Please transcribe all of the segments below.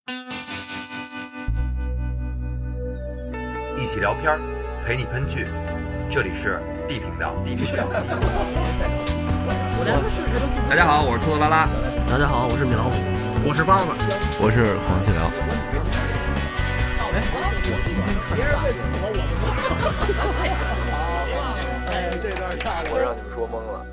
一起聊片，陪你喷剧，这里是 D 频道。大家好，我是兔子拉拉。 大家好，我是米老虎。 我是包子。 我是黄气聊。 我让你们说懵了。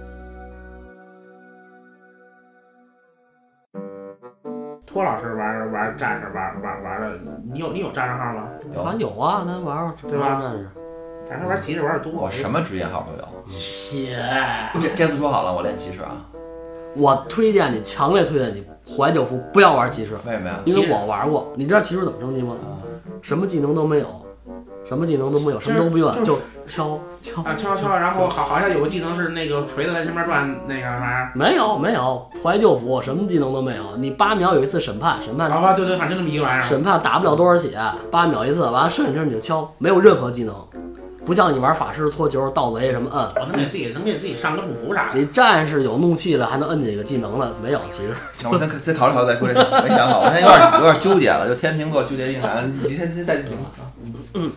托老师玩战士玩的，你有战士号吗？ 有啊，咱玩对吧？ 战士， 咱这玩骑士玩的多。 我什么职业号都有。 切， 这次说好了，我练骑士啊。 我推荐你，强烈推荐你怀旧服不要玩骑士。 为什么呀？ 因为我玩过，你知道骑士怎么升级吗？什么技能都没有，什么技能都没有，什么都不用，就敲， 然后好像有个技能是那个锤子在前面转那个玩意儿。 没有，怀旧服什么技能都没有。你8秒有一次审判， 啊对，反正这么一个玩意儿。 审判打不了多少血，8秒一次，完了剩下就是你就敲，没有任何技能。不像你玩法师、搓球、盗贼什么我能给自己上个祝福啥的。 你战士有怒气了，还能摁几个技能了？没有，其实。 那我再考虑再说这个，没想好，我现在有点纠结了，就天秤座纠结厉害，你先带评啊。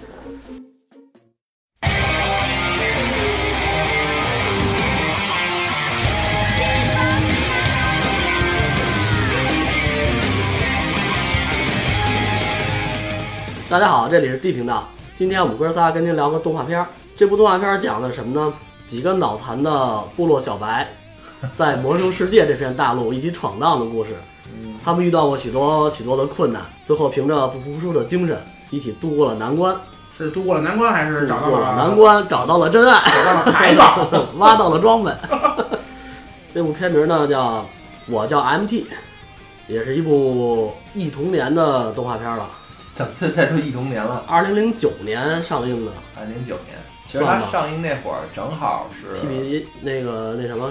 大家好，这里是 D 频道。今天我们哥仨跟您聊个动画片。这部动画片讲的是什么呢？几个脑残的部落小白，在魔兽世界这片大陆一起闯荡的故事。他们遇到过许多的困难，最后凭着不服输的精神，一起度过了难关。 是度过了难关，还是找到了难关？找到了真爱， 找到了财宝， 挖到了装备。这部片名呢叫我叫 MT， 也是一部忆童年的动画片了。 怎么现在都忆童年了 ？2009年上映的。 2009年，其实它上映那会儿正好是 TBC 那什么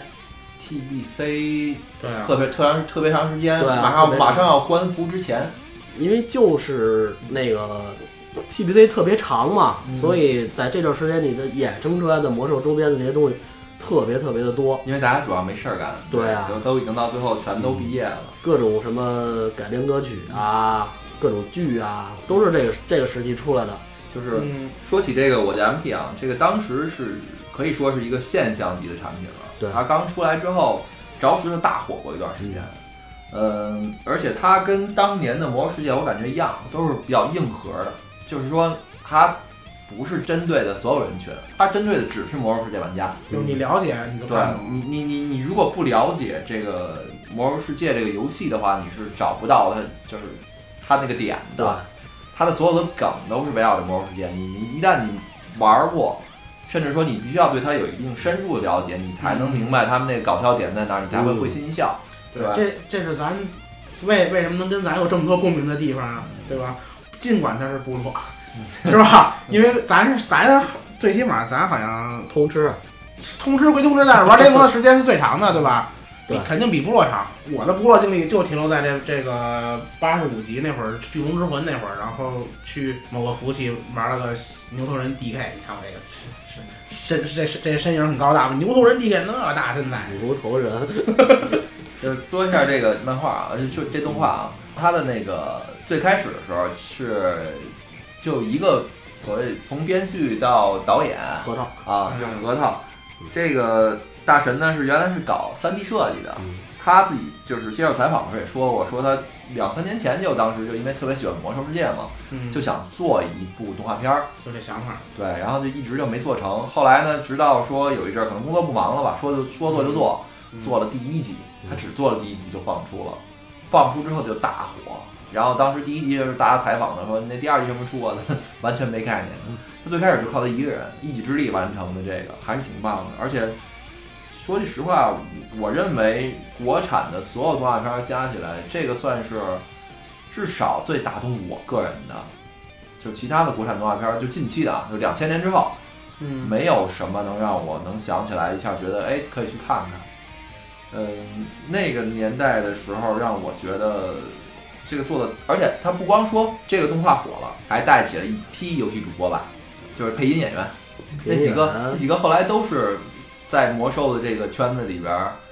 TBC 对啊， 特别长时间， 对马上要关服之前， 因为就是那个 TBC 特别长嘛，所以在这段时间你的衍生出来的魔兽周边的这些东西特别的多， 因为大家主要没事干， 对啊， 都已经到最后全都毕业了， 各种什么改编歌曲啊，各种剧啊，都是这个时期出来的。 就是说起这个我的 MT 啊，这个当时是可以说是一个现象级的产品了。 对， 它刚出来之后，着实的大火过一段时间。而且它跟当年的魔兽世界我感觉一样，都是比较硬核的，就是说它不是针对的所有人群，它针对的只是魔兽世界玩家。 就是你了解你就看懂。 你如果不了解这个魔兽世界这个游戏的话，你是找不到它就是它那个点的。它的所有的梗都是围绕着魔兽世界，你一旦你玩过，甚至说你必须要对它有一定深入的了解，你才能明白他们那个搞笑点在哪儿，你才会会心一笑。 对吧？这是咱为什么能跟咱有这么多共鸣的地方啊，对吧？尽管它是部落，是吧？因为咱最起码咱好像通吃归通吃，但是玩联盟的时间是最长的，对吧？ 对， 肯定比部落长。我的部落经历就停留在这个85级那会儿，巨龙之魂那会儿，然后去某个服务器玩了个牛头人 DK。你看我这身形很高大吧？牛头人 DK 那大身材， 牛头人。 就是说一下这个漫画啊，就这动画啊，它的那个最开始的时候是就一个所谓从编剧到导演核桃啊，就是核桃。这个大神呢是原来是搞3D 设计的，他自己就是接受采访的时候也说过，说他2-3年前当时就因为特别喜欢魔兽世界嘛，就想做一部动画片儿， 就这想法。 对，然后就一直就没做成。后来呢，直到说有一阵可能工作不忙了吧，说做就做，做了第1集，他只做了第1集就放出了，放出之后就大火。然后当时第1集就是大家采访的说那第2集什么出啊，完全没概念。他最开始就靠他一个人一己之力完成的，这个还是挺棒的。而且说句实话，我认为国产的所有动画片加起来，这个算是至少最打动我个人的。就其他的国产动画片，就近期的啊，就2000年之后，没有什么能让我能想起来一下觉得可以去看看。那个年代的时候让我觉得这个做的，而且它不光说这个动画火了，还带起了一批游戏主播吧，就是配音演员，那几个后来都是在魔兽的这个圈子里边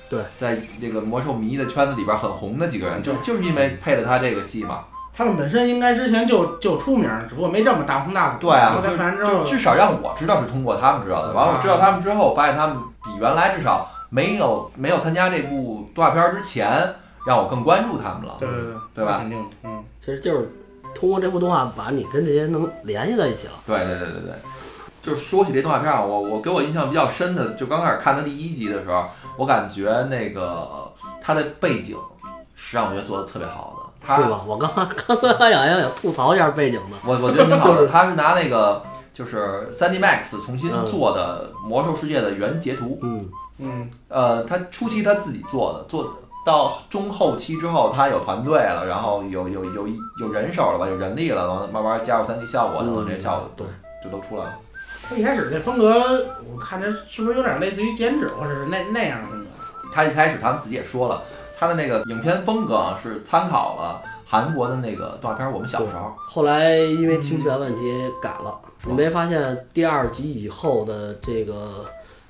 对， 在这个魔兽迷的圈子里边很红的几个人，就是因为配了他这个戏嘛。 他们本身应该之前就出名，只不过没这么大红大紫。 对啊， 然后在看完之后， 就至少让我知道是通过他们知道的。完了，我知道他们之后，我发现他们比原来至少没有参加这部动画片之前，让我更关注他们了。 对， 对吧？ 肯定， 其实就是通过这部动画把你跟这些能联系在一起了。 对。就是说起这动画片啊，我给我印象比较深的，就刚开始看它第1集的时候，我感觉那个它的背景是让我觉得做的特别好的。 是吧？我刚刚想吐槽一下背景的。 我觉得挺好的，他是拿那个就是3D Max 重新做的魔兽世界的原截图。他初期他自己做的，做到中后期之后，他有团队了，然后有人手了吧，有人力了，然后慢慢加入3D 效果等等这些效果， 对， 就都出来了。 他一开始这风格，我看着是不是有点类似于剪纸，或者是那样的风格？ 他一开始他们自己也说了。他的那个影片风格啊，是参考了韩国的那个动画片《我们小时候》。 后来因为侵权问题改了，你没发现第2集以后的这个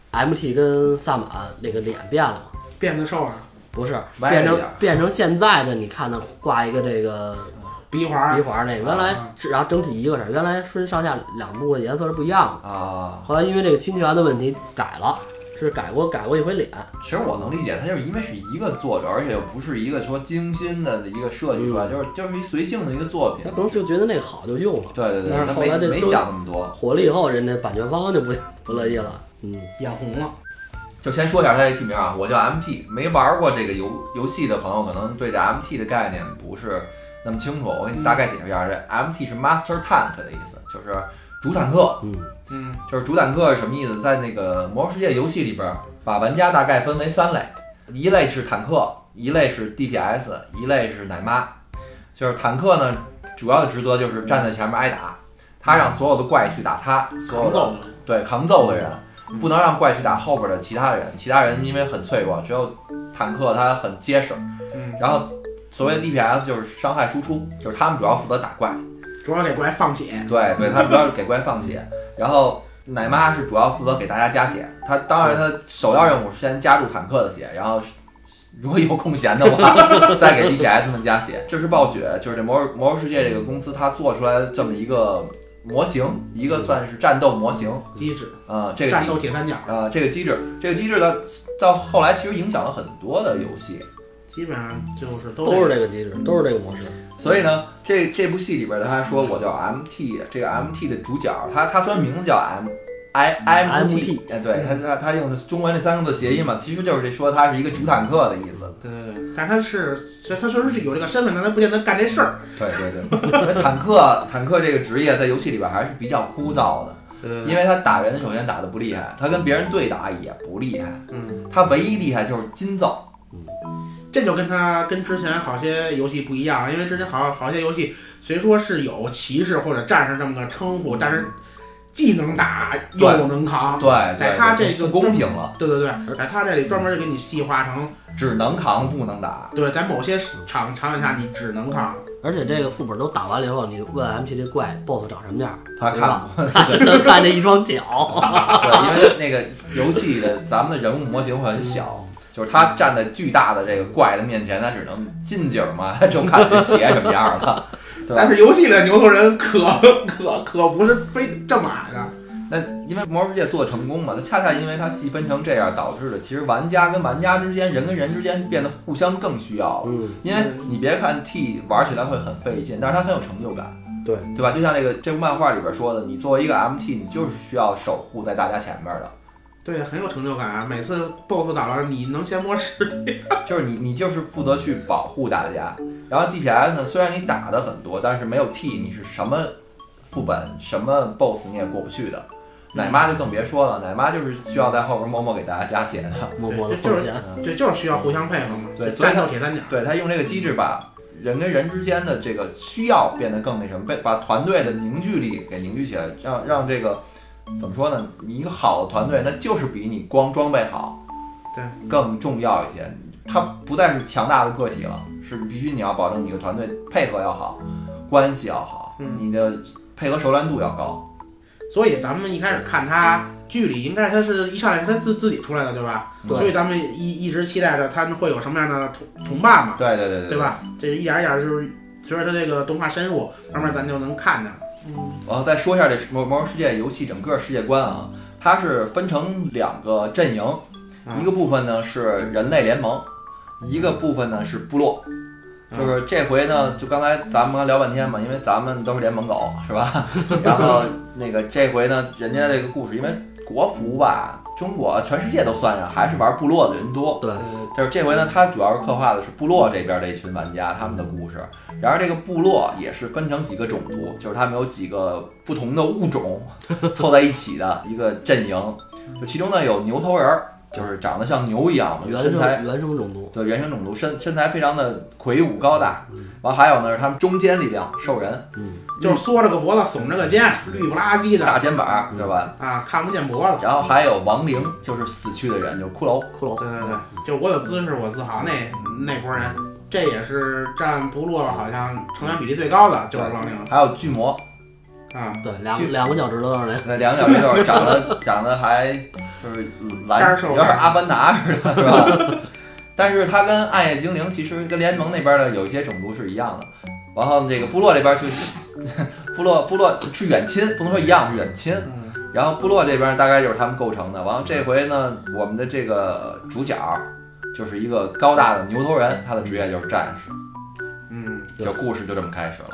MT 跟萨满那个脸变了吗？ 变得瘦了？ 不是， 歪变成现在的，你看的挂一个这个鼻环那个，原来然后整体一个色，原来分上下2部的颜色是不一样的啊。 后来因为这个侵权的问题改了。是改过一回脸。 其实我能理解，他就是因为是一个作者，而且又不是一个说精心的一个设计出来，就是一随性的一个作品。 他可能就觉得那个好就用了。 对， 但是后来这没想那么多。 火了以后，人家版权方就不乐意了。 眼红了。 就先说一下他这记名啊，我叫 MT， 没玩过这个游戏的朋友可能对这 MT 的概念不是那么清楚，我给你大概解释一下，这 MT 是 Master Tank 的意思，就是主坦克。就是主坦克是什么意思？在那个魔兽世界游戏里边，把玩家大概分为3类，一类是坦克，一类是 DPS， 一类是奶妈。就是坦克呢，主要的职责就是站在前面挨打，他让所有的怪去打他，所有的扛揍的人，不能让怪去打后边的其他人。其他人因为很脆弱，只有坦克他很结实。然后所谓的 DPS 就是伤害输出，就是他们主要负责打怪。 主要给怪放血， 对，他主要给怪放血，然后奶妈是主要负责给大家加血，他当然他首要任务是先加入坦克的血，然后如果有空闲的话再给 DPS 们加血。这是暴雪，就是这魔兽世界这个公司，它做出来这么一个模型，一个算是战斗模型机制， 这个战斗铁三角这个机制到后来其实影响了很多的游戏， 基本上就是都是这个机制，都是这个模式。 所以呢，这部戏里边他说我叫 MT， 这个 MT 的主角，他虽然名字叫 MT， 对他用中文这3个字谐音嘛，其实就是说他是一个主坦克的意思。 对，但他确实是有这个身份，但他不见得干这事儿。 对，坦克这个职业在游戏里边还是比较枯燥的。因为他打人首先打得不厉害，他跟别人对打也不厉害。他唯一厉害就是金揍。 这就跟之前好些游戏不一样，因为之前好些游戏虽说是有骑士或者战士这么个称呼，但是既能打又能扛。 对， 在他这个公平了。 对，在他这里专门就给你细化成只能扛不能打。 对，在某些场景下你只能扛。 而且这个副本都打完了以后，你问 MT 这怪 BOSS 长什么样， 他看他只能看这一双脚。 对，因为那个游戏的咱们的人物模型会很小。就是他站在巨大的这个怪的面前，他只能近景嘛，他就看这鞋什么样了。 但是游戏的牛头人可不是非这么矮的。 那因为魔兽世界做成功嘛，它恰恰因为它细分成这样，导致的其实玩家跟玩家之间，人跟人之间变得互相更需要了。因为你别看 T 玩起来会很费劲，但是它很有成就感。对吧？就像这部漫画里边说的，你作为一个 MT， 你就是需要守护在大家前面的。 对，很有成就感啊！每次 BOSS 打完，你能先摸尸体， 就是你就是负责去保护大家。然后 DPS 呢，虽然你打的很多，但是没有 T， 你是什么副本、什么 BOSS 你也过不去的。奶妈就更别说了，奶妈就是需要在后边默默给大家加血的， 默默的奉献。 对，就是需要互相配合嘛。 对， 战斗铁三角。 对，他用这个机制把人跟人之间的这个需要变得更那什么，把团队的凝聚力给凝聚起来，让这个。怎么说呢？你一个好的团队，那就是比你光装备好， 对， 更重要一些。它不再是强大的个体了，是必须你要保证你的团队配合要好，关系要好，你的配合熟练度要高。 所以咱们一开始看他剧里应该他是一上来是他自己出来的，对吧？ 对所以咱们一直期待着他们会有什么样的同伴嘛， 对对吧？这一点一点就是随着他这个动画深入，慢慢咱就能看见了。 然后再说一下这魔兽世界游戏整个世界观啊，它是分成2个阵营，一个部分呢是人类联盟，一个部分呢是部落。就是这回呢，就刚才咱们刚聊半天嘛，因为咱们都是联盟狗，是吧？然后那个这回呢，人家这个故事，因为国服吧，中国全世界都算上，还是玩部落的人多。 对， 就是这回呢，它主要是刻画的是部落这边的一群玩家他们的故事。然而这个部落也是分成几个种族，就是他们有几个不同的物种凑在一起的一个阵营。就其中呢有牛头人，就是长得像牛一样嘛，身材原生种族， 对，原生种族身材非常的魁梧高大。然后还有呢是他们中坚力量兽人， 就是缩着个脖子，耸着个肩，绿不拉几的大肩膀，对吧？ 啊，看不见脖子。 然后还有亡灵，就是死去的人，就是骷髅。 对，就是我有姿势我自豪那波人，这也是占部落好像成员比例最高的，就是亡灵。 还有巨魔。 啊， 对，两个脚趾头那， 那2个脚趾头长得还就是蓝，有点阿凡达似的，是吧？但是它跟暗夜精灵其实跟联盟那边的有一些种族是一样的。然后这个部落这边是部落是远亲，不能说一样，是远亲。然后部落这边大概就是他们构成的。然后这回呢，我们的这个主角就是一个高大的牛头人，他的职业就是战士。这故事就这么开始了。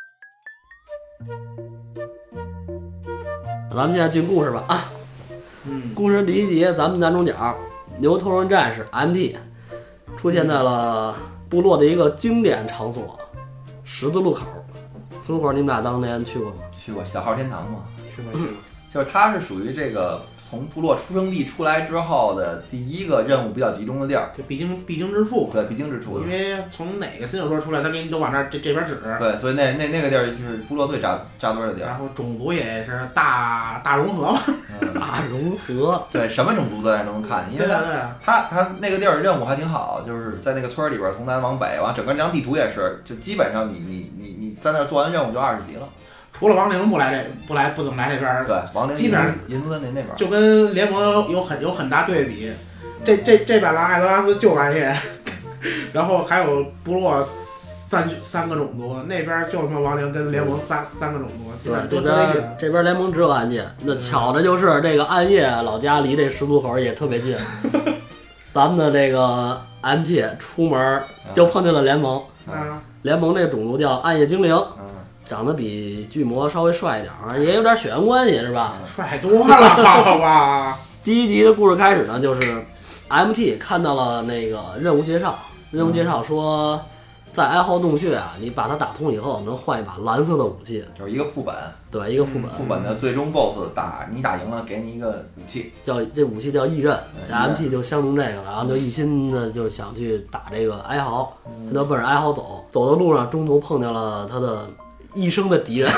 咱们现在进故事吧啊！故事第一集，咱们男主角牛头人战士 MT 出现在了部落的一个经典场所——十字路口。十字路口，你们俩当年去过吗？ 去过小号天堂吗？ 去过。 就是它是属于这个从部落出生地出来之后的第一个任务比较集中的地儿， 就必经之处。 对，必经之处。 因为从哪个新手村出来，他给你都往这边指。 对，所以那个地儿就是部落最扎堆的地儿。 然后种族也是大融合嘛。 大融合。 对，什么种族在那都能看见，因为它那个地儿任务还挺好，就是在那个村里边从南往北，完整个这张地图也是，就基本上你在那做完任务就20级了。 除了亡灵不怎么来这边， 对，亡灵基本上银子那边就跟联盟有很大对比。这版狼艾泽拉斯就暗夜，然后还有部落三个种族，那边就他妈亡灵跟联盟三个种族，基本对，这边联盟只有暗夜。那巧的就是这个暗夜老家离这十字路口也特别近，咱们的这个 MT 出门就碰见了联盟。联盟这个种族叫暗夜精灵。长得比巨魔稍微帅一点，也有点血缘关系，是吧？ 帅多了，好吧。 第一集的故事开始呢，就是 MT 看到了那个任务介绍，说，在哀嚎洞穴啊，你把它打通以后，能换一把蓝色的武器， 就是一个副本。 对，一个副本。 副本的最终 BOSS 你打赢了，给你一个武器， 这武器叫异刃，这 MT 就相中这个，然后就一心的就想去打这个哀嚎，他就奔着哀嚎走，走的路上中途碰见了他的一生的敌人，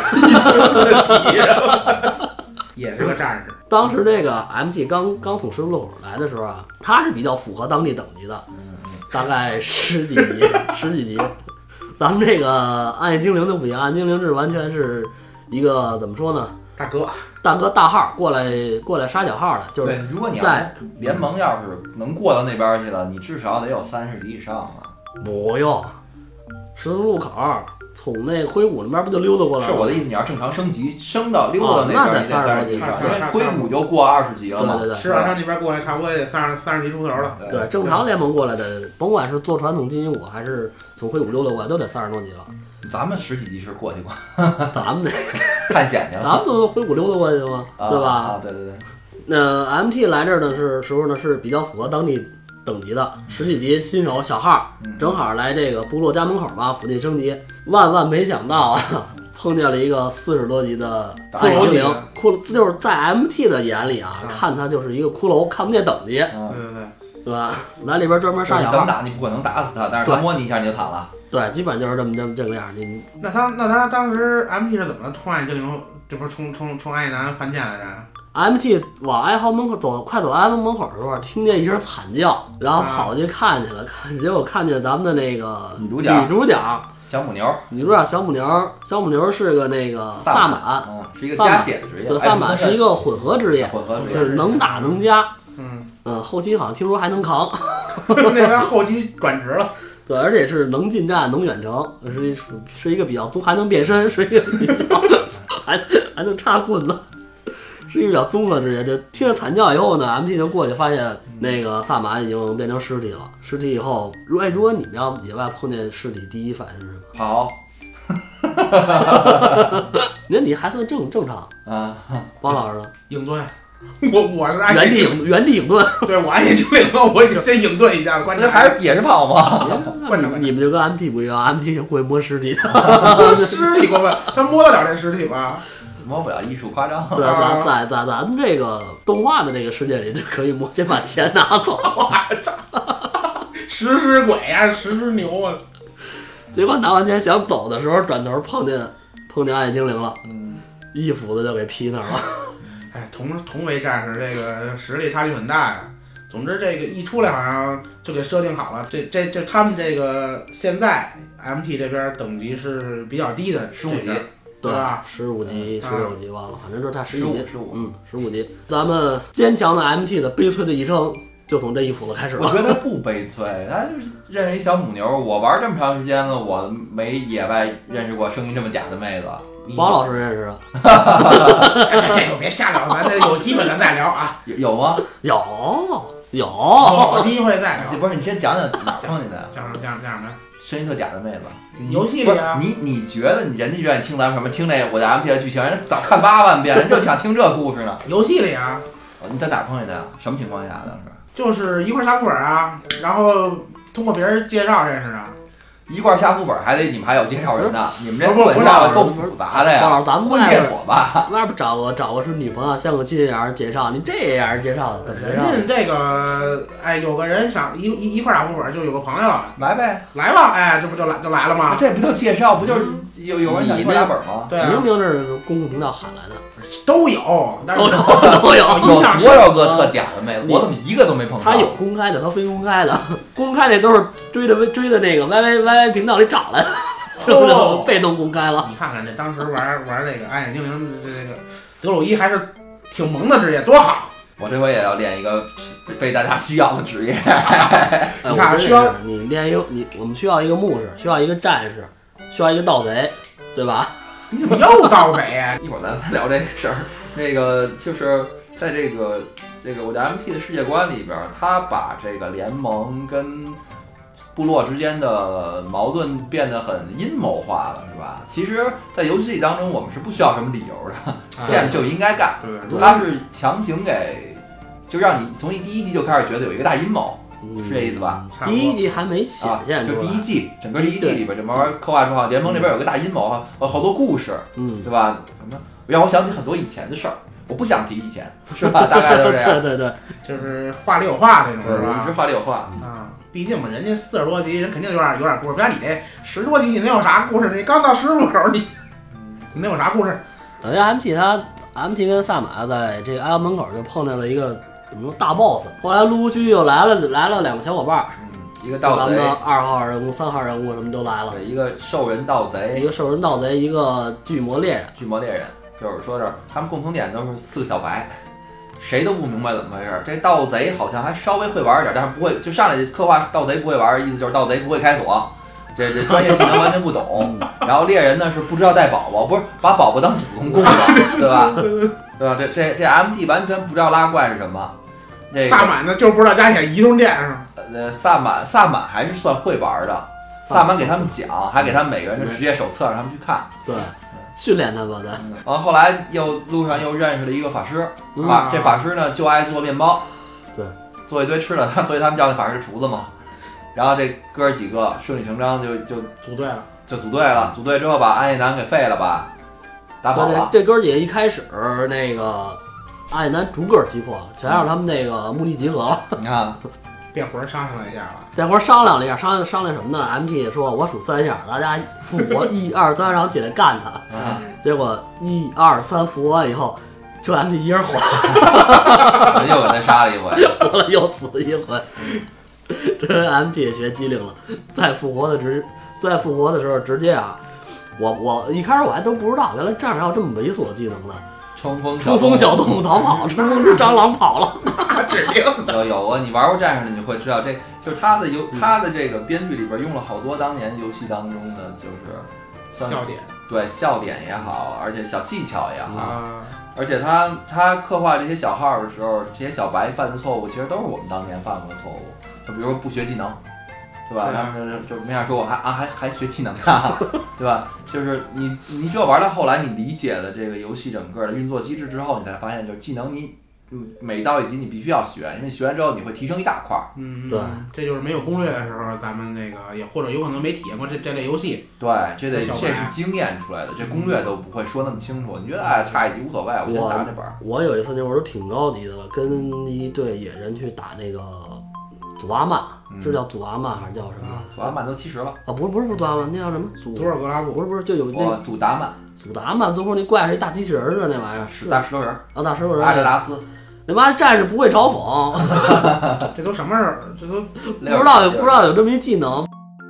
也是个战士。 当时这个 MT 刚从十字路口来的时候啊，他是比较符合当地等级的，大概十几级。咱们这个暗夜精灵就不一样，暗夜精灵是完全是一个怎么说呢？ 大哥大号过来杀小号的，就是对。如果你在联盟要是能过到那边去了，你至少得有30级以上啊。 不用，十字路口。从那灰谷那边不就溜达过来了？ 是我的意思，你要正常升级，升到溜达那边， 那得 30级以上，因为灰谷就过20级了嘛。 对， 石板上那边过来，差不多也得30级出头了。 对，正常联盟过来的，甭管是坐传统金银谷还是从灰谷溜达过来，都得30多级了。 咱们10几级是过去过， 咱们探险去了， 咱们都灰谷溜达过去的嘛，对吧？ 对。 那 MT 来这儿的时候呢，是比较符合当地等级的10几级新手小号，正好来这个部落家门口吧，附近升级。万没想到啊，碰见了一个40多级的暗夜精灵，就是在 MT 的眼里啊，看他就是一个骷髅，看不见等级， 对， 对吧？来里边专门杀小号， 怎么打你不可能打死他，但是他摸你一下你就躺了。 对，基本就是这个样。 那他当时 MT 是怎么冲暗夜精灵？这不是冲暗夜男犯贱来着？ MT 往哀嚎门口走，快走哀嚎门口的时候，听见一声惨叫，然后跑去看去了，结果看见咱们的那个女主角小母牛， 女主角小母牛是个那个萨满， 是一个加血的职业。 对，萨满是一个混合职业，就是能打能加。后期好像听说还能扛， 那边后期转职了。 对，而且是能近战能远程，是一个比较还能变身，是一个比较还能插棍子。是一个比较综合职业，就听着惨叫以后呢 ，MT 就过去发现那个萨满已经变成尸体了。尸体以后，如果你们要野外碰见尸体，第一反应是什么？ 跑。 你还算正常啊。包老师呢？ 应对。我是按原地应对。对， 我按警领了，我就先应对一下子。关键还是也是跑吗？ 你们就跟 MT 不一样 ，MT 就会摸尸体的。 尸体过分，他摸得了这尸体吧？ 摸不了，艺术夸张。 对，咱们这个动画的这个世界里，就可以摸，先把钱拿走。 我操！食鬼呀，食牛啊！ 结果拿完钱想走的时候，转头碰见暗夜精灵了，一斧子就给劈那儿了。 哎，同为战士，这个实力差距很大呀。总之，这个一出来好像就给设定好了，这他们这个现在 MT 这边等级是比较低的 ，15级。 对吧？15级、16级忘了，反正就是他11级，15级。咱们坚强的 MT 的悲催的一生，就从这一斧子开始了。 我觉得他不悲催，他就是认识一小母牛。我玩这么长时间了，我没野外认识过声音这么嗲的妹子。 王老师认识啊？ 这就别瞎聊，咱这有机会咱再聊啊。 有吗？ 有机会再聊。 不是，你先讲哪碰见的？ 讲什么？ 声音特嗲的妹子。 游戏里啊， 你觉得人家愿意听咱们什么？听这我的 MP 的剧情，人早看8万遍，人就想听这故事呢。 游戏里啊， 你在哪碰见的呀？什么情况下当时？ 就是一块下副本啊，然后通过别人介绍认识的。 一块下副本还得你们还有介绍人呢，你们这混下的够复杂的呀。 咱们婚介所吧， 外边找个是女朋友，相个亲也是介绍，你这也是介绍的，怎么介绍？ 人家这个有个人想一块打副本，就有个朋友来呗， 来吧，这不就来了吗？ 这不就介绍，不就是有人想一块打本吗？ 对啊， 明明是公共频道喊来的。 都有，但是都有多少个特嗲的妹子，我怎么一个都没碰到？ 他有公开的和非公开的，公开的都是追的那个 YY 频道里找来的，就被动公开了。 你看看这当时玩这个暗夜精灵，这个德鲁伊还是挺萌的职业，多好！ 我这回也要练一个被大家需要的职业。 你看，需要你练我们需要一个牧师，需要一个战士，需要一个盗贼，对吧？ 你怎么又盗贼呀？ 一会儿咱聊这个事儿。那个就是在这个我的 MT 的世界观里边，他把这个联盟跟部落之间的矛盾变得很阴谋化了，是吧？其实，在游戏当中，我们是不需要什么理由的，这样就应该干。他是强行就让你从第一集就开始觉得有一个大阴谋。是这意思吧？ 第一集还没显现出来， 就第一季，整个第一季里边就慢慢刻画出来，联盟这边有个大阴谋，好多故事，对吧？什么让我想起很多以前的事儿，我不想提以前，是吧？大概都是这样。 对， 就是话里有话这种，是吧？ 一直话里有话啊。毕竟嘛，人家40多集，人肯定有点故事。不像你这10多集，你能有啥故事？你刚到10路口，你能有啥故事？ 等于 MT 跟萨马在这个哀嚎门口就碰见了一个。什么大 boss， 后来陆陆续续又来了2个小伙伴， 一个盗贼， 咱们2号人物、3号人物什么都来了， 对，一个兽人盗贼， 一个巨魔猎人， 就是说这他们共同点都是4个小白，谁都不明白怎么回事。这盗贼好像还稍微会玩点，但是不会，就上来刻画盗贼不会玩，意思就是盗贼不会开锁，这专业技能完全不懂。然后猎人呢是不知道带宝宝，不是把宝宝当主动供的，对吧？对吧？这 MT 完全不知道拉怪是什么。 萨满呢就不知道加起移动电是吧？ 萨满还是算会玩的，萨满给他们讲，还给他们每个人的职业手册让他们去看， 对，训练他们的。 后来路上又认识了一个法师，这法师呢就爱做面包， 对， 做一堆吃的，所以他们叫那法师厨子嘛。然后这哥几个顺理成章就组队了， 组队之后把暗夜男给废了吧，打跑了。 这哥几个一开始那个。暗夜男逐个击破，全让他们那个目的集合了。 你看， 变魂商量了一下吧。 变魂商量了一下，商量什么呢 ？MT 也说，我数3下，大家复活1、2、3，然后起来干他。结果1、2、3复活完以后， 就 MT 一人活， 又给他杀了一回， 活了又死一回。这 MT 也学机灵了，在复活的时候直接啊，我一开始我还都不知道，原来战士还有这么猥琐技能呢。 冲锋小动物逃跑，冲锋之蟑螂跑了， 指定有啊！你玩过战士的，你就会知道，这就是他的这个编剧里边用了好多当年游戏当中的就是笑点， 对笑点也好，而且小技巧也好， 啊， 而且他刻画这些小号的时候，这些小白犯的错误，其实都是我们当年犯过的错误。就比如说不学技能，对吧？他们就没想说我还学技能啊，对吧？就是你只有玩到后来，你理解了这个游戏整个的运作机制之后，你才发现就是技能你每到一级你必须要学，因为学完之后你会提升一大块。 对， 这就是没有攻略的时候，咱们那个也或者有可能没体验过这类游戏。 对，这是经验出来的，这攻略都不会说那么清楚。你觉得差一级无所谓，我先打这本。 我有一次那会儿都挺高级的了，跟一队野人去打那个祖阿曼，是叫祖阿曼还是叫什么？ 祖阿曼都70了啊，不是祖阿曼，那叫什么？ 佐尔格拉布？ 不是，就有那祖达曼。 祖达曼最后那怪是一大机器人似的那玩意儿，是大石头人啊，大石头人。 阿哲达斯。 那妈战士不会嘲讽， 这都什么事？这都不知道有这么一技能。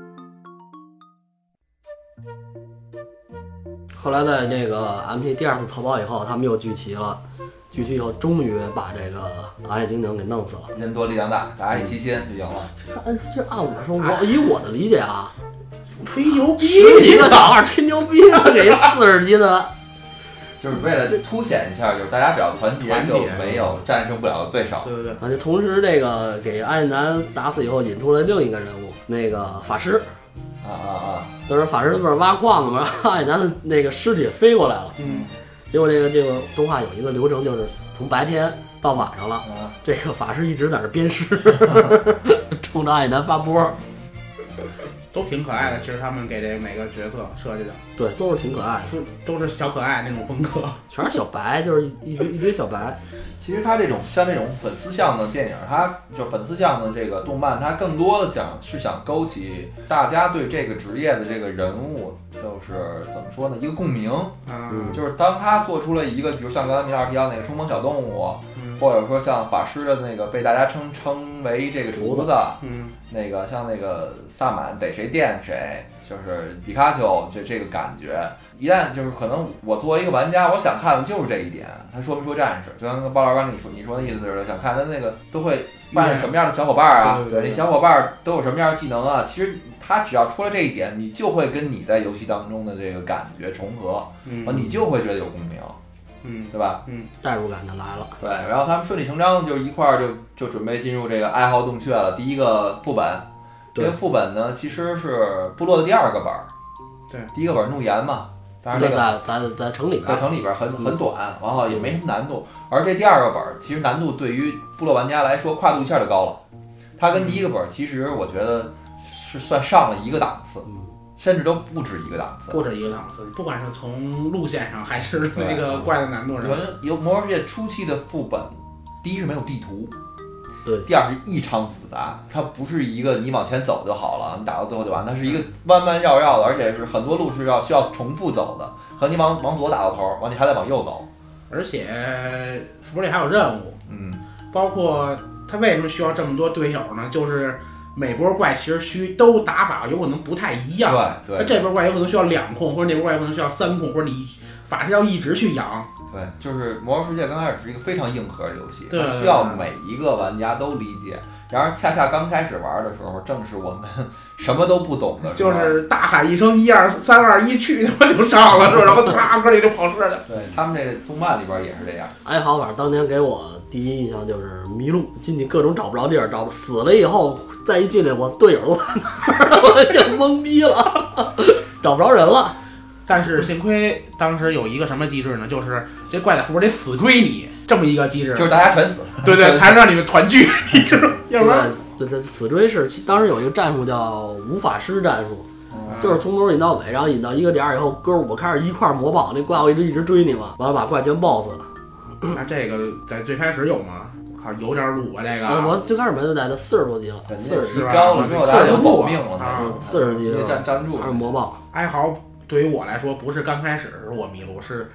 后来在那个 MT 第2次逃跑以后，他们又聚齐了，聚齐以后终于把这个蓝血精灵给弄死了。 人多力量大，大家一齐心就赢了。 这按我说，以我的理解啊， 吹牛逼 10几个小孩吹牛逼，给40级的。 就是为了凸显一下，就是大家只要团结就没有战胜不了的对手。 对对对。 而且同时，这个给阿印南打死以后，引出了另一个人物，那个法师。就是法师不是挖矿的嘛，阿印南的那个尸体飞过来了。结果这个动画有一个流程，就是从白天到晚上了，这个法师一直在那鞭尸，冲着阿印南发波。 都挺可爱的，其实他们给这每个角色设计的， 对，都是挺可爱的， 都是小可爱那种风格， 全是小白，就是一堆小白。 其实它这种像这种粉丝向的电影，它就粉丝向的这个动漫，它更多的想勾起大家对这个职业的这个人物，就是怎么说呢，一个共鸣。就是当他做出了一个，比如像刚才米老师提到那个冲锋小动物，或者说像法师的那个被大家称为这个厨子，那个像那个萨满逮谁电谁，就是皮卡丘这个感觉，一旦就是可能我作为一个玩家，我想看的就是这一点。他说没说战士，就像包老师你说的意思似的，想看他那个都会扮什么样的小伙伴啊？对，那小伙伴都有什么样的技能啊？其实他只要出了这一点，你就会跟你在游戏当中的这个感觉重合，你就会觉得有共鸣。对吧？ 代入感就来了。 对，然后他们顺理成章就一块儿就准备进入这个爱好洞穴了。第一个副本，这个副本呢其实是部落的第2个本儿。 对， 第一个本怒岩嘛，当然这个在城里边， 在城里边很短，然后也没什么难度。而这第2个本儿其实难度对于部落玩家来说跨度一下就高了。它跟第1个本儿其实我觉得是算上了一个档次。甚至都不止一个档次， 不管是从路线上还是那个怪的难度上。 有魔兽世界初期的副本，第一是没有地图， 对， 第二是异常复杂，它不是一个你往前走就好了，你打到最后就完，它是一个弯弯绕绕的，而且是很多路是需要重复走的，和你往左打到头，你还得往右走。 而且服部里还有任务，包括他为什么需要这么多队友呢？就是每波怪其实都打法有可能不太一样， 对， 那这波怪有可能需要2控，或者那波怪有可能需要3控，或者你法师要一直去养。 对，就是魔兽世界刚开始是一个非常硬核的游戏， 对， 它需要每一个玩家都理解。然而恰恰刚开始玩的时候，正是我们什么都不懂的时候， 就是大喊一声1、2、3、2、1去，他妈就上了，是吧？然后哥里就跑射去。 对，他们这个动漫里边也是这样。 哀嚎反正当年给我第一印象就是迷路，进去各种找不着地儿，死了以后再一进来，我队友都在那儿，我就懵逼了，找不着人了。 但是幸亏当时有一个什么机制呢？就是这怪在后边得死追你，这么一个机制， 就是大家全死， 对，才能让你们团聚，你知道吗？要不然对，死追是当时有一个战术叫无法师战术，就是从头引到尾，然后引到一个点以后，哥我开始一块魔爆，那怪物一直追你嘛，完了把怪全爆死了。 那这个在最开始有吗？靠，有点鲁啊，这个。 我最开始没就在那40多级了 ，40级高了之后大家就保命了 ，40级站住， 还是魔爆。 哀嚎对于我来说不是刚开始是我迷路，是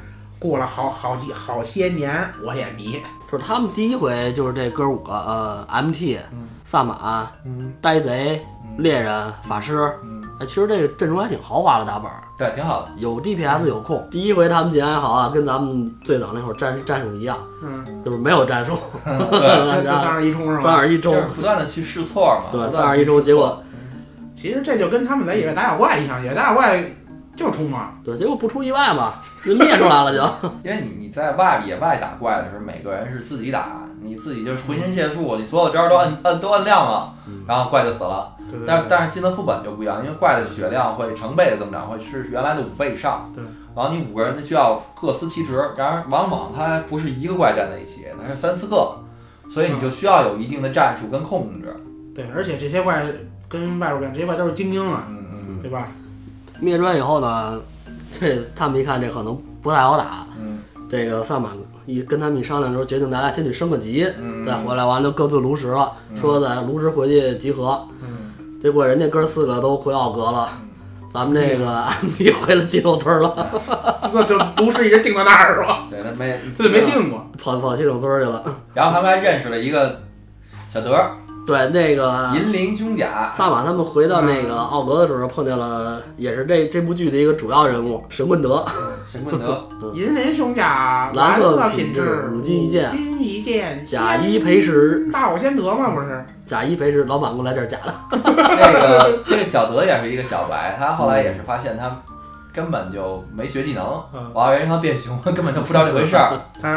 过了好些年，我也迷。 就是他们第一回就是这哥五个MT、萨满、呆贼、猎人、法师。其实这个阵容还挺豪华的大本儿， 对，挺好的。 有 DPS 有控。第一回他们进还好啊，跟咱们最早那会儿战术一样，就是没有战术， 对， 就321冲是吧 ？321冲， 就是不断的去试错嘛。 对，321冲，结果其实这就跟他们在野外打小怪一样，野外打小怪就是冲嘛。对， 结果不出意外嘛，就灭出来了就。 因为你在野外打怪的时候，每个人是自己打，你自己就是回心解数，你所有招都按亮了，然后怪就死了。但是技能副本就不一样，因为怪的血量会成倍的增长，会是原来的5倍以上。 对， 然后你5个人需要各司其职，然而往往它不是一个怪站在一起，它是3、4个，所以你就需要有一定的战术跟控制。 对，而且这些怪跟外边干，这些怪都是精英啊，对吧？ 灭专以后呢，他们一看这可能不太好打，这个萨满跟他们一商量的时候，决定大家先去升个级，再回来完了就各自炉石了，说在炉石回去集合。结果人家哥4个都回奥格了，咱们这个 MT 回了金肉村了， 就炉石一直定在那儿是吧？ 对，他没定过， 跑金肉村去了。 然后他们还认识了一个小德。 对，那个银鳞胸甲萨满他们回到那个奥格的时候，碰见了也是这部剧的一个主要人物神棍德。 银鳞胸甲， 蓝色品质 ，5金一件， 假一赔十， 大有先得嘛不是？ 假一赔十，老板给我来点假的。 这个小德也是一个小白，他后来也是发现他根本就没学技能，完了人他变熊，根本就不知道这回事儿。 他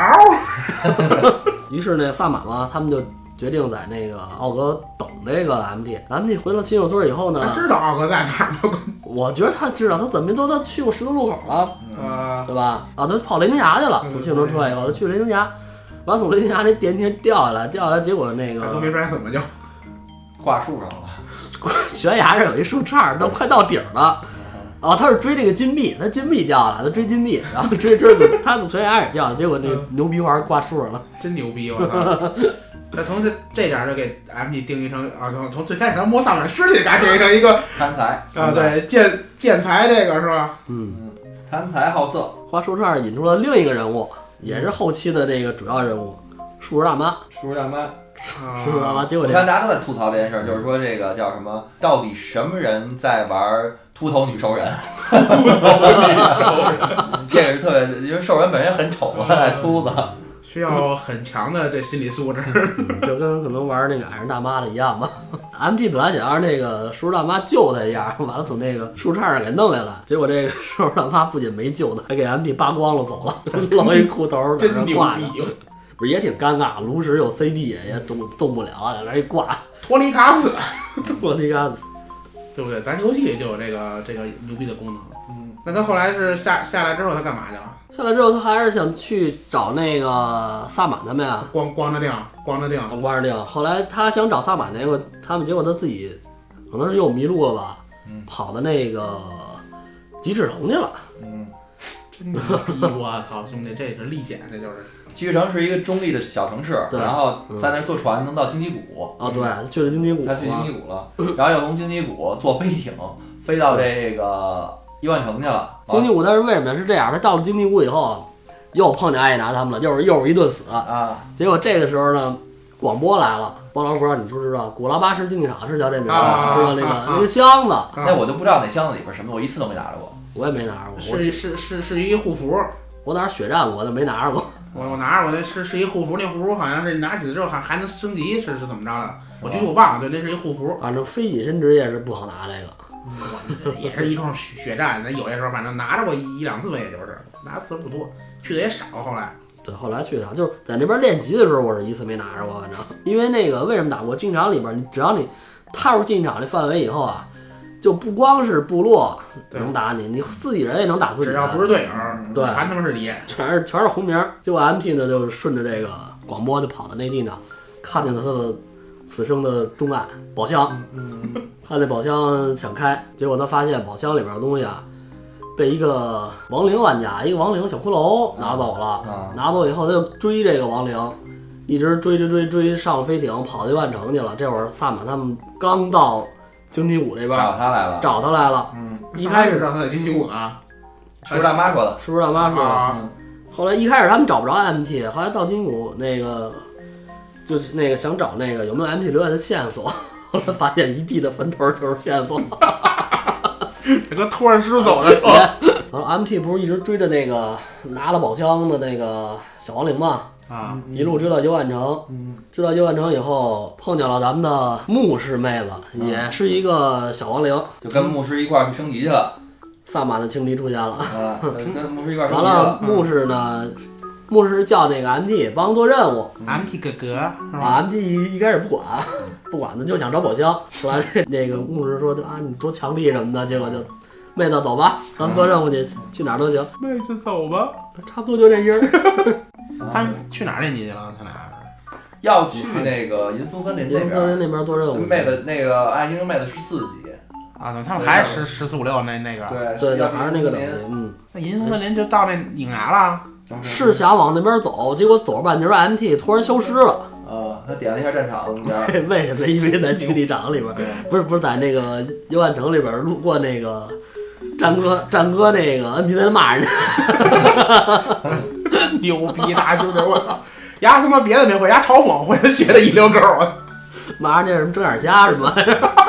于是呢，萨满嘛，他们就决定在那个奥格等这个 MT 回了金肉村以后呢， 他知道奥格在哪儿吗？ 我觉得他知道，他怎么都去过十字路口了，对吧？啊，他跑雷霆崖去了，从金肉村出来以后，他去雷霆崖，完了从雷霆崖那电梯掉下来，结果那个没摔死嘛就挂树上了， 悬崖上有一树杈，都快到顶了。啊，他是追这个金币，他金币掉了，他追金币，然后追他从悬崖也掉了，结果那牛逼环挂树上了， 真牛逼！我操！他从这点就给 MT 定义成啊，从最开始他摸萨满尸体，给他定义成一个贪财啊，对，见财这个是吧？ 贪财好色。 花树杈引出了另一个人物，也是后期的这个主要人物，树大妈。 树大妈， 结果我看大家都在吐槽这件事儿，就是说这个叫什么？到底什么人在玩秃头女兽人？秃头女兽人，这个是特别，因为兽人本身很丑嘛，秃子。 需要很强的这心理素质， 就跟可能玩那个矮人大妈的一样吧。MT 本来想让那个叔叔大妈救他一下，完了从那个树杈上给弄下来，结果这个叔叔大妈不仅没救他，还给 MT 扒光了走了，露一裤头在那挂着，不是也挺尴尬？炉石有 CD 也动不了，在那一挂， 脱离卡死， 对不对？咱游戏里就有这个牛逼的功能。那他后来是下来之后他干嘛去了？ 下来之后，他还是想去找那个萨满他们呀， 光着腚。 后来他想找萨满那个，他们结果他自己可能是又迷路了吧，跑到那个极致城去了。 真牛逼！我操，兄弟，这是历险，这就是。 极致城是一个中立的小城市，然后在那坐船能到荆棘谷。 对，去了荆棘谷。 他去荆棘谷了，然后又从荆棘谷坐飞艇飞到这个伊万城去了。 荆棘谷，但是为什么是这样？他到了荆棘谷以后，又碰见艾达他们了，又是一顿死啊！ 结果这个时候呢，广播来了，包老师不知道你知不知道，古拉巴什竞技场是叫这名字，知道那个箱子？ 那我就不知道那箱子里边什么，我一次都没拿着过。 我也没拿着过。 是一护符。 我哪儿血战过，但没拿着过。 我拿着过，那是一护符，那护符好像是拿起来之后还能升级，是怎么着的？我具体我忘了，对，那是一护符。 反正非隐身职业是不好拿这个。 也是一种血战，那有些时候反正拿着过1、2次吧，也就是拿的次不多，去的也少。后来去的少，就是在那边练级的时候，我是一次没拿着过，反正因为那个为什么打过竞技场里边，只要你踏入竞技场这范围以后啊，就不光是部落能打你，你自己人也能打自己人， 只要不是队友， 对， 全他妈是敌， 全是红名。结果 MT 呢就顺着这个广播就跑到那竞技场，看见了他的此生的钟爱宝箱。看那宝箱想开，结果他发现宝箱里边的东西啊，被一个亡灵玩家，一个亡灵小骷髅拿走了。拿走以后，他就追这个亡灵，一直追上了飞艇，跑到万城去了。这会儿萨满他们刚到荆棘谷这边， 找他来了。 一开始知道他在荆棘谷呢。 是不是大妈说的？ 是不是大妈说的？ 啊， 后来一开始他们找不着 MT， 后来到金谷那个就是那个想找那个有没有 MT 留下的线索，后来发现一地的坟头就是线索。 这个托儿师走的时候， 然后 MT 不是一直追着那个拿了宝箱的那个小亡灵吗？ 啊， 一路追到幽暗城，追到幽暗城以后，碰见了咱们的牧师妹子，也是一个小亡灵， 就跟牧师一块儿去升级去了。 萨满的情敌出现了。 啊，跟牧师一块儿升完级了，牧师呢，牧师叫那个 MT 帮做任务。 MT 哥哥是吧？ 啊 ，MT 一开始不管的，就想找宝箱。后来那个牧师说，你多强力什么的，结果就妹子走吧，咱们做任务去哪儿都行。 妹子走吧。 差不多就这音儿。 他们去哪儿练级去了？他俩要去那个银松森林那银森林边。 那边做任务。 妹子那个爱英雄妹子14级。 啊，他们还14、15、16那个。 对对，还是那个等级。 那银松森林就到那影崖了。 是想往那边走，结果走着半截，MT 突然消失了。 他点了一下战场中间。 为什么？因为在竞技场里边，不是在那个幽暗城里边路过那个战哥那个 NPC 在骂人家。 牛逼大兄弟，我操！丫他妈别的没会，丫嘲讽会，学的一溜够啊！ 骂人家什么睁眼瞎什么？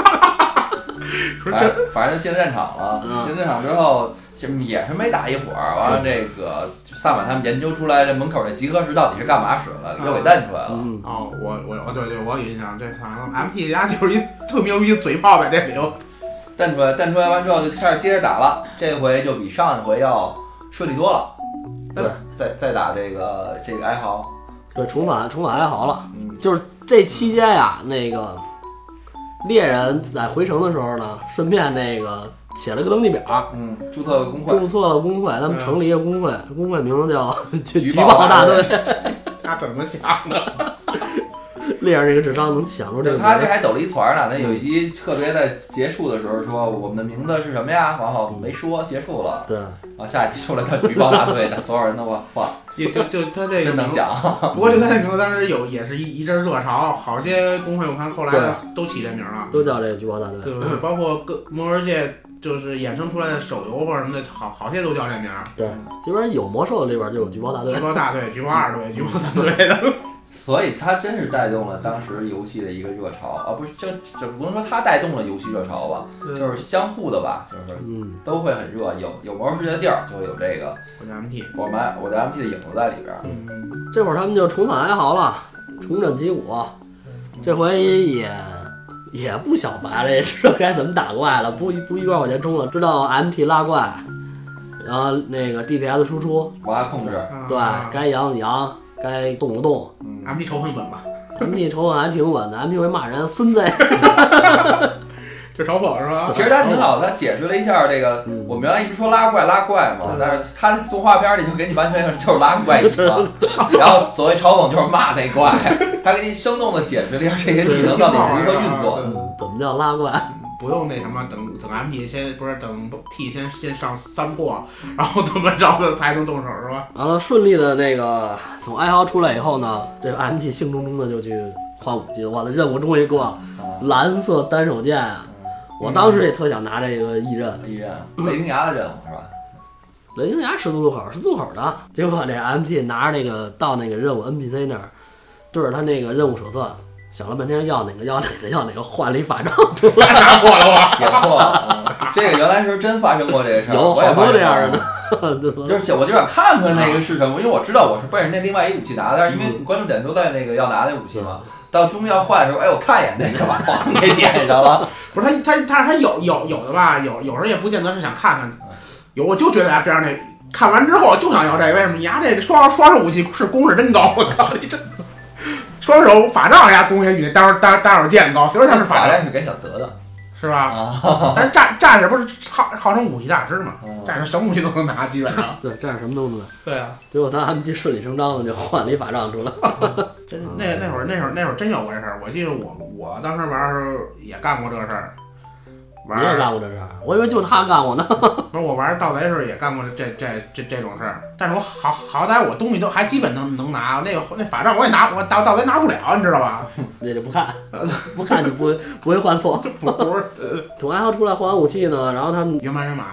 反正进了战场了。进战场之后，也是没打一会儿，完了这个萨满他们研究出来这门口那集合石到底是干嘛使的，又给弹出来了。 哦，对，我有印象，这好像 MT 家就是一特牛逼嘴炮在这里头。 弹出来完之后就开始接着打了，这回就比上一回要顺利多了。 对， 再打这个哀嚎。 对，重返哀嚎了。就是这期间呀，那个猎人在回城的时候呢，顺便那个写了个登记表， 注册了工会， 他们成立一个工会，工会名字叫举报报大队。 他怎么想的？ 猎人这个智商能想出这个。 他这还抖了一团呢。那有一集特别在结束的时候说我们的名字是什么呀？然后没说，结束了。 对。 然后下一集出来叫举报大队的，所有人都哇， 就他这个真能想。 不过就他这名字当时也是一阵热潮，好些工会我看后来都起这名了， 都叫这个举报大队。 对，包括魔兽界就是衍生出来的手游或者什么的，好些都叫这名。 对，基本上有魔兽里边就有举报大队、 举报大队、举报2队、举报3队的。 所以它真是带动了当时游戏的一个热潮啊，不是这不能说它带动了游戏热潮吧，就是相互的吧，就是都会很热，有魔兽世界的地儿就会有这个我的 MT 的影子在里边。 这会儿他们就重返哀嚎了，重整旗鼓，这回也不小白了，也知道该怎么打怪了，不一块往前冲了，知道 MT 拉怪，然后那个 DPS 输出往下控制， 对，该扬扬。该动不动 ，MT 仇很稳吧 ？MT 仇还挺稳的 ，MT 会骂人孙子， 这嘲讽是吧？ 其实他挺好的，他解释了一下这个，我们原来一直说拉怪嘛，但是他动画片里就给你完全就是拉怪你嘛，然后所谓嘲讽就是骂那怪，他给你生动的解释了一下这些技能到底如何运作， 怎么叫拉怪？ 不用那什么，等 MT 先不是等 T 先上3破，然后怎么着的才能动手是吧？ 完了，顺利的那个从哀嚎出来以后呢，这个 MT 兴冲冲的就去换武器，我的任务终于过了，蓝色单手剑啊！我当时也特想拿这个异刃， 雷霆牙的任务是吧？ 雷霆牙十字路口的，结果这 MT 拿着那个到那个任务 NPC 那儿，对着他那个任务手册。想了半天要哪个，换了一法杖出来， 错了， 点错了。这个原来是真发生过这个事儿， 有好多这样的呢。 就是我就想看看那个是什么，因为我知道我是奔着那另外一武器拿的，但是因为关注点都在那个要拿那武器嘛。到终于要换的时候，我看一眼那个把黄给点上了。 不是他有的吧，有时候也不见得是想看看，我就觉得边上那看完之后就想要这，为什么？你丫这个双手武器是攻势真高，我靠你这。双手法杖呀，攻击比单手剑高，虽然他是法杖是给小德的， 是吧？但是战士不是号称武器大师嘛？战士什么武器都能拿，基本上。 对，战士什么都能拿。 对啊， 结果他 MT 顺理成章的就换了一法杖出来。 真那会儿真有过这事儿。我记得我当时玩的时候也干过这事儿。 你也干过这事儿？我以为就他干过呢。 不是，我玩盗贼的时候也干过这种事儿，但是我好歹我东西都还基本能拿，那法杖我也拿，我盗贼拿不了，你知道吧？ 那就不看，不看就不会犯错。 不是， 从哀嚎出来换完武器呢，然后他们原班人马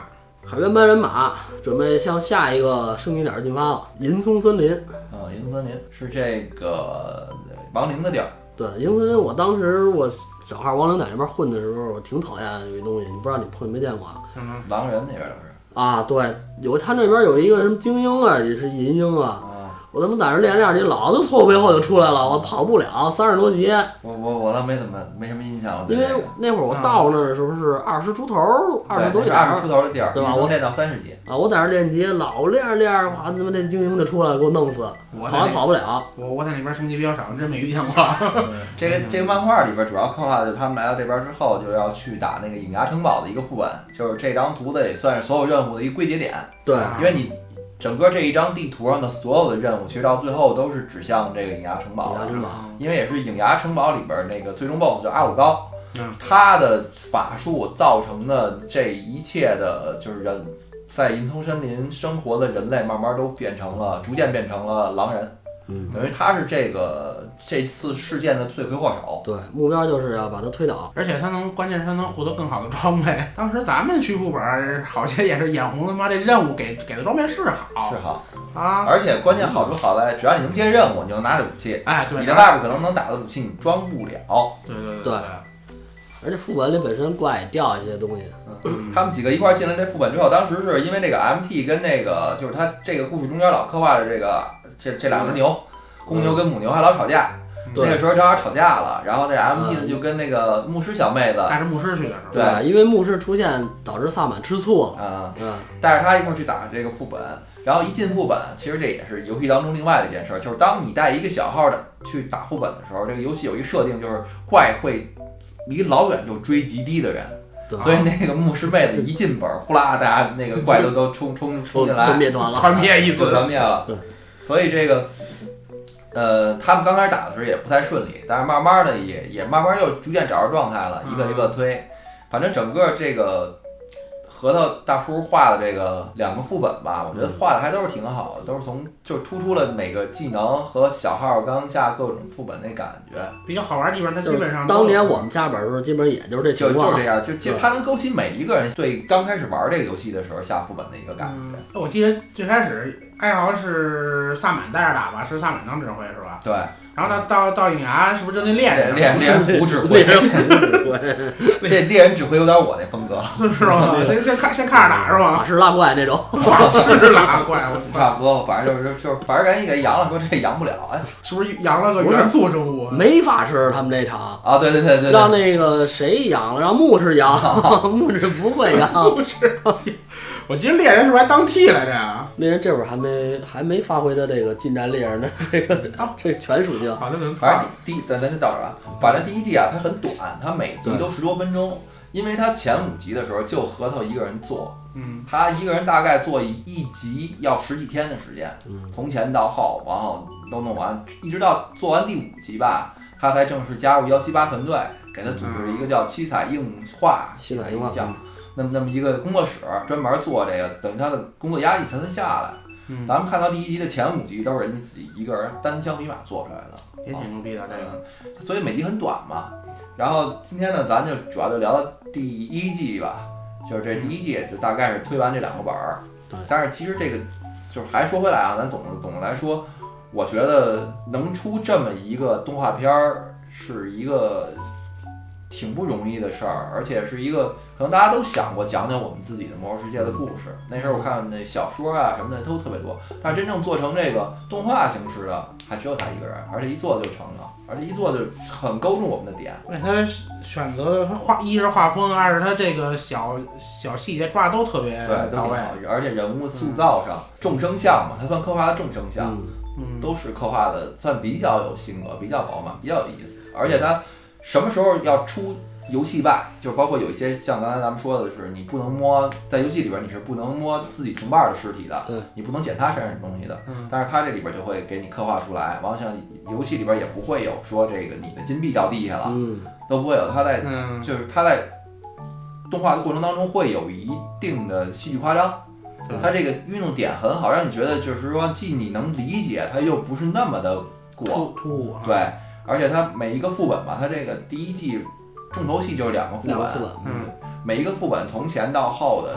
海原班人马准备向下一个升级点进发了，银松森林。 银松森林是这个亡灵的地儿。 对，银松森林，我当时我小孩亡灵在那边混的时候，我挺讨厌有一东西，你不知道你碰见没见过啊？ 狼人那边都是啊，对，他那边有一个什么精英啊，也是银鹰啊。我他妈在这练，你老就从我背后就出来了，我跑不了，30多级。 我倒没什么印象了， 因为那会儿我到那的时候是20出头，20多点 ，20出头的地儿， 对吧？ 我练到30级啊，我在这练级，老练，哇，他妈这精英就出来给我弄死，跑还跑不了。 我在那边升级比较少，真没遇见过。 这个漫画里边主要刻画的，他们来到这边之后就要去打那个影牙城堡的一个副本，就是这张图的也算是所有任务的一个归结点。 对， 因为你整个这一张地图上的所有的任务，其实到最后都是指向这个影牙城堡的。因为也是影牙城堡里边那个最终 BOSS 叫阿鲁高，他的法术造成的这一切的，就是人在银松森林生活的人类，慢慢都逐渐变成了狼人。等于他是这次事件的罪魁祸首。 对，目标就是要把他推倒， 而且关键是他能获得更好的装备。当时咱们去副本，好像也是眼红他妈这任务给的装备是好啊， 而且关键好就好在，只要你能接任务，你就拿着武器。 哎，对， 你在外边可能打的武器你装不了。 对。 而且副本里本身怪也掉一些东西。 他们几个一块进来这副本之后，当时是因为这个 MT 跟那个就是他这个故事中间老刻画的这两只牛，公牛跟母牛还老吵架。那个时候正好吵架了，然后这 MT 呢就跟那个牧师小妹子带着牧师去的时候， 对，因为牧师出现导致萨满吃醋了， 带着他一块去打这个副本，然后一进副本，其实这也是游戏当中另外的一件事，就是当你带一个小号的去打副本的时候，这个游戏有一设定，就是怪会离老远就追极低的人。所以那个牧师妹子一进本，呼啦，大家那个怪都冲进来， 灭团了， 团灭一次， 团灭了。所以这个，他们刚开始打的时候也不太顺利，但是慢慢的也慢慢又逐渐找着状态了，一个一个推。反正整个这个核桃大叔画的这个2个副本吧，我觉得画的还都是挺好的，都是就是突出了每个技能和小号刚下各种副本那感觉。 比较好玩的地方，它基本上当年我们加本的时候，基本也就是这情况， 就这样，其实它能勾起每一个人对刚开始玩这个游戏的时候下副本的一个感觉。 我记得最开始艾豪是萨满带着打吧，是萨满当指挥是吧？ 对。 然后他到影牙是不是就那猎人虎指挥？这猎人指挥有点我那风格， 是吗？先看着打是吧？ 法师拉怪那种， 法师拉怪，我差不多，反正反正赶紧给扬了，说这扬不了，哎， 是不是扬了个元素生物？ 没法师他们这场啊，对， 让那个谁扬了，让牧师扬，牧师不会扬， 不是。我记得猎人是不是还当替来着呀？ 猎人这会儿还没发挥他这个近战猎人的这个全属性。 反正咱先到这儿吧。反正第一季啊，它很短，它每集都10多分钟，因为它前5集的时候就核桃一个人做，他一个人大概做一集要10几天的时间，从前到后，然后都弄完，一直到做完第5集吧，他才正式加入178团队，给他组织了一个叫七彩映画项。那么一个工作室专门做这个，等于他的工作压力才能下来。咱们看到第1集的前5集都是人家自己一个人单枪匹马做出来的， 也挺牛逼的这个。 所以每集很短嘛。然后今天呢，咱就主要就聊到第1季吧，就是这第1季就大概是推完这2个本儿。但是其实这个就是还说回来啊，咱总的来说，我觉得能出这么一个动画片儿是一个挺不容易的事儿，而且是一个可能大家都想过讲我们自己的魔兽世界的故事。那时候我看那小说啊什么的都特别多，但是真正做成这个动画形式的还只有他一个人，而且一做就成了，而且一做就很勾中我们的点。 对，他选择的一是画风，二是他这个小细节抓都特别到位， 而且人物塑造上，众生相嘛，他算刻画的众生相，都是刻画的算比较有性格，比较饱满，比较有意思，而且他什么时候要出游戏外，就包括有一些像刚才咱们说的是，你不能摸，在游戏里边你是不能摸自己同伴的尸体的，你不能捡他身上的东西的。但是他这里边就会给你刻画出来，完像游戏里边也不会有说这个你的金币掉地下了，都不会有。他在就是他在动画的过程当中会有一定的戏剧夸张，他这个运用点很好，让你觉得就是说既你能理解，他又不是那么的过突兀， 对。而且它每一个副本吧，它这个第1季重头戏就是2个副本，每一个副本从前到后的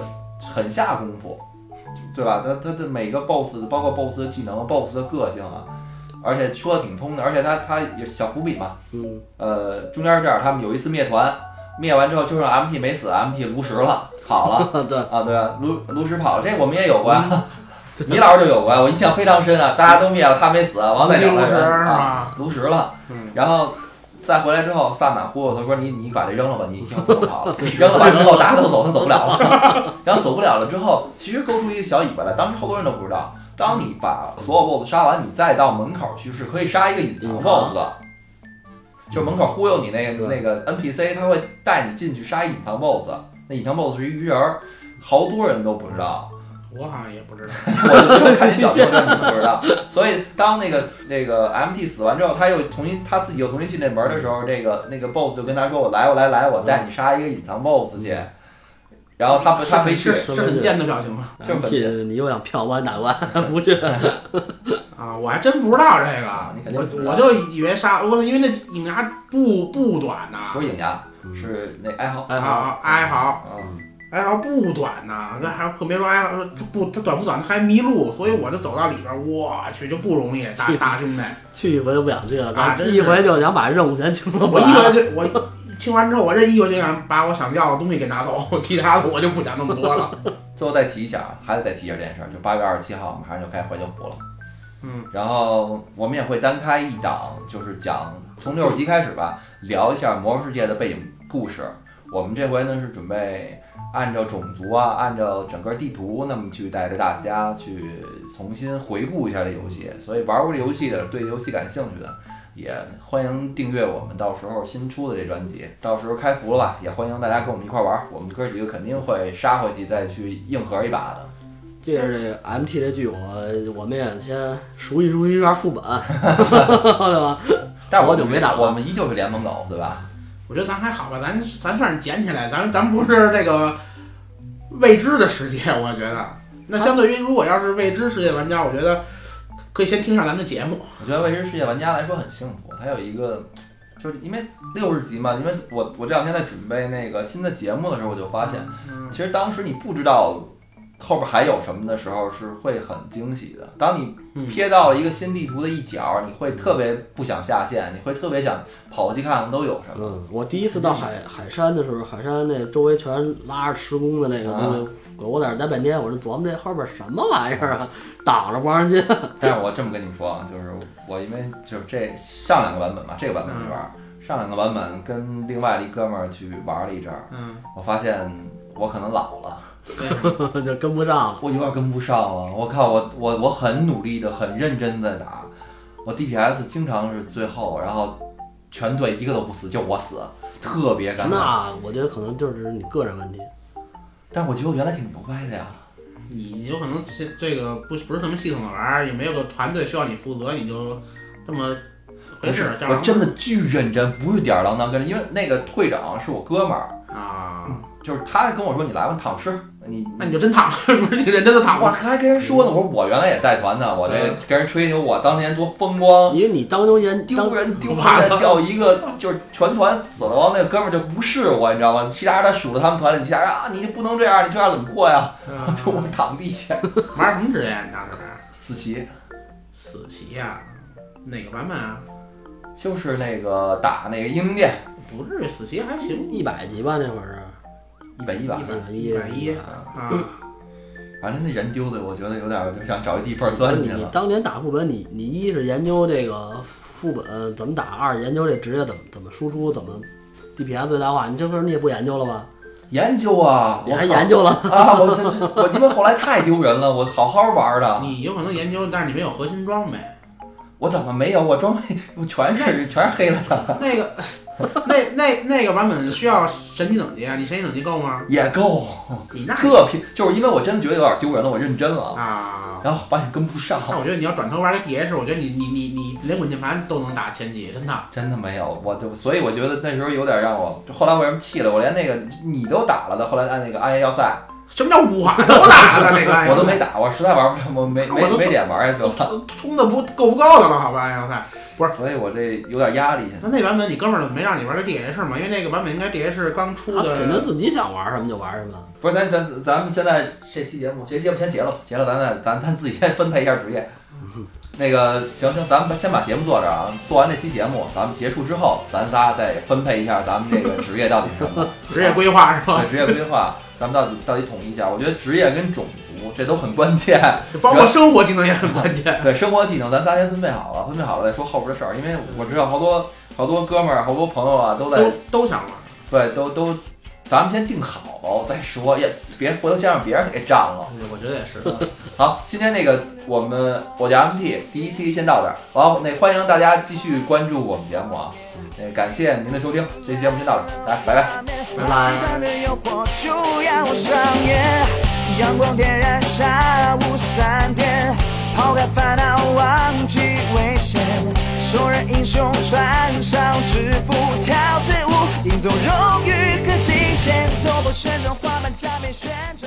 很下功夫，对吧？它的每个 BOSS， 包括 BOSS 的技能、BOSS 的个性啊，而且说的挺通的，而且它有小伏笔嘛。中间是这样，他们有一次灭团，灭完之后就剩 MT 没死 ，MT 炉石了，跑了。 对啊，对啊，炉石跑了，这我们也有过呀。米老师就有过，我印象非常深啊！大家都灭了，他没死，王再找他人啊，炉石了。然后再回来之后，萨满忽悠他说：“你把这扔了吧，你已经不能跑了。扔了吧之后，大家都走，他走不了了。然后走不了了之后，其实勾出一个小尾巴来，当时好多人都不知道。当你把所有 BOSS 杀完，你再到门口去是可以杀一个隐藏 BOSS 的，就是门口忽悠你那个 NPC， 他会带你进去杀一隐藏 BOSS。那隐藏 BOSS 是一鱼人儿，好多人都不知道。” 我好像也不知道， 我看你表情，你不知道。所以当那个 MT 死完之后，他自己又重新进这门的时候，那个 BOSS 就跟他说：“我来，我带你杀一个隐藏 BOSS 去。”然后他没去， 是很贱的表情吗？ 就是你又想票关打关，不去啊！我还真不知道这个， 你肯定不知道。 我就以为杀我，因为那影牙不短呐， 不是影牙，是那哀嚎。 哀嚎不短呐，那还更别说哀嚎，它短不短，它还迷路，所以我就走到里边，我去就不容易，大兄弟， 去一回就不想去了， 一回就想把任务全清了。 我一回我清完之后，我这一回就想把我想要的东西给拿走，其他的我就不想那么多了。 最后再提一下，还得再提一下这件事儿，就8月27号马上就开怀旧服了。然后我们也会单开一档，就是讲从60集开始吧，聊一下魔兽世界的背景故事。我们这回呢是准备按照种族啊，按照整个地图，那么去带着大家去重新回顾一下这游戏。所以玩过这游戏的，对游戏感兴趣的，也欢迎订阅我们到时候新出的这专辑。到时候开服了吧，也欢迎大家跟我们一块玩。我们哥几个肯定会杀回去，再去硬核一把的。 借着这个 MT 这剧，我们也先熟悉一下副本，对吧？ 但是好久没打了， 我们依旧是联盟狗，对吧？ 我觉得咱还好吧，咱算是捡起来，咱不是这个未知的世界，我觉得。那相对于如果要是未知世界玩家，我觉得可以先听上咱的节目。 我觉得未知世界玩家来说很幸福，他有一个，就是因为60集嘛，因为我这两天在准备那个新的节目的时候，我就发现，其实当时你不知道后边还有什么的时候，是会很惊喜的。当你瞥到了一个新地图的一角，你会特别不想下线，你会特别想跑过去看看都有什么。 我第一次到海山的时候，海山那周围全拉着施工的那个东西，我在那待半天，我就琢磨这后边什么玩意儿啊，挡着不让进。 但是我这么跟你们说啊，就是我因为就是这上2个版本嘛，这个版本没玩，上2个版本跟另外的一哥们儿去玩了一阵儿，我发现我可能老了。 就跟不上了， 我有点跟不上了。我靠，我很努力的、很认真的打，我 DPS 经常是最后，然后全队一个都不死，就我死，特别尴尬。 那我觉得可能就是你个人问题， 但我觉得我原来挺牛掰的呀。 你有可能这个不是什么系统的玩意儿，也没有个团队需要你负责，你就这么回事。 我真的巨认真，不是吊儿郎当跟着，因为那个队长是我哥们儿啊。 就是他跟我说你来吧，躺吃那你就真躺吃，不是你认真的躺。 我还跟人说呢，我说我原来也带团呢，我这跟人吹牛，我当年多风光。 因为你当年丢人的叫一个就是全团死了，完那个哥们儿就不是我，你知道吗？其他人他数了他们团里，其他人啊，你不能这样，你这样怎么过呀？就我躺地下。 玩什么职业？你当时死棋。 死棋呀？哪个版本啊？ 就是那个打那个英灵殿。 不至于，死棋还行。 100级吧，那会儿是。 110吧 ，110啊！ 反正那人丢的，我觉得有点就想找一地缝钻进去了。 你当年打副本，你一是研究这个副本怎么打，二研究这职业怎么输出，怎么 DPS 最大化，你这会儿你也不研究了吧？ 研究啊， 你还研究了啊！我因为后来太丢人了，我好好玩的。 你有可能研究，但是你没有核心装备。 我怎么没有？我装备我全是黑了的。 那个版本需要神级等级啊？你神级等级够吗？ 也够。 你那特拼，就是因为我真的觉得有点丢人了，我认真了啊， 然后发现跟不上。 那我觉得你要转头玩个 DS， 我觉得你连滚键盘都能打前几，真的没有，所以我觉得那时候有点让我，后来我为什么气了？我连那个你都打了的，后来按那个暗夜要塞， 什么叫五花都打的那个？ 我都没打，我实在玩不了，我没脸玩下去了。 充的够不够的了？好吧，要塞。不是， 所以我这有点压力。 那版本你哥们儿没让你玩个 DH 吗？因为那个版本应该 DH 刚出的。 他肯定自己想玩什么就玩什么。 不是，咱们现在这期节目先结了，咱自己先分配一下职业。那个行，咱们先把节目做这儿啊。做完这期节目，咱们结束之后，咱仨再分配一下咱们这个职业到底是什么。 职业规划是吧？ 对，职业规划，咱们到底统一一下。我觉得职业跟种族这都很关键， 包括生活技能也很关键。 对，生活技能咱仨先分配好了再说后边的事儿。因为我知道好多哥们儿、好多朋友啊都想玩。 对，都。咱们先定好再说，别回头先让别人给占了。 我觉得也是。 好，今天那个我叫 MT 第一期先到这儿，好，那欢迎大家继续关注我们节目啊。感谢您的收听，这期节目先到这儿，来，拜拜， 拜拜。 阳光点燃下午3点，抛开烦恼，忘记危险，手刃英雄穿上制服，跳支舞，赢走荣誉和金钱，斗破旋转滑板加冕宣。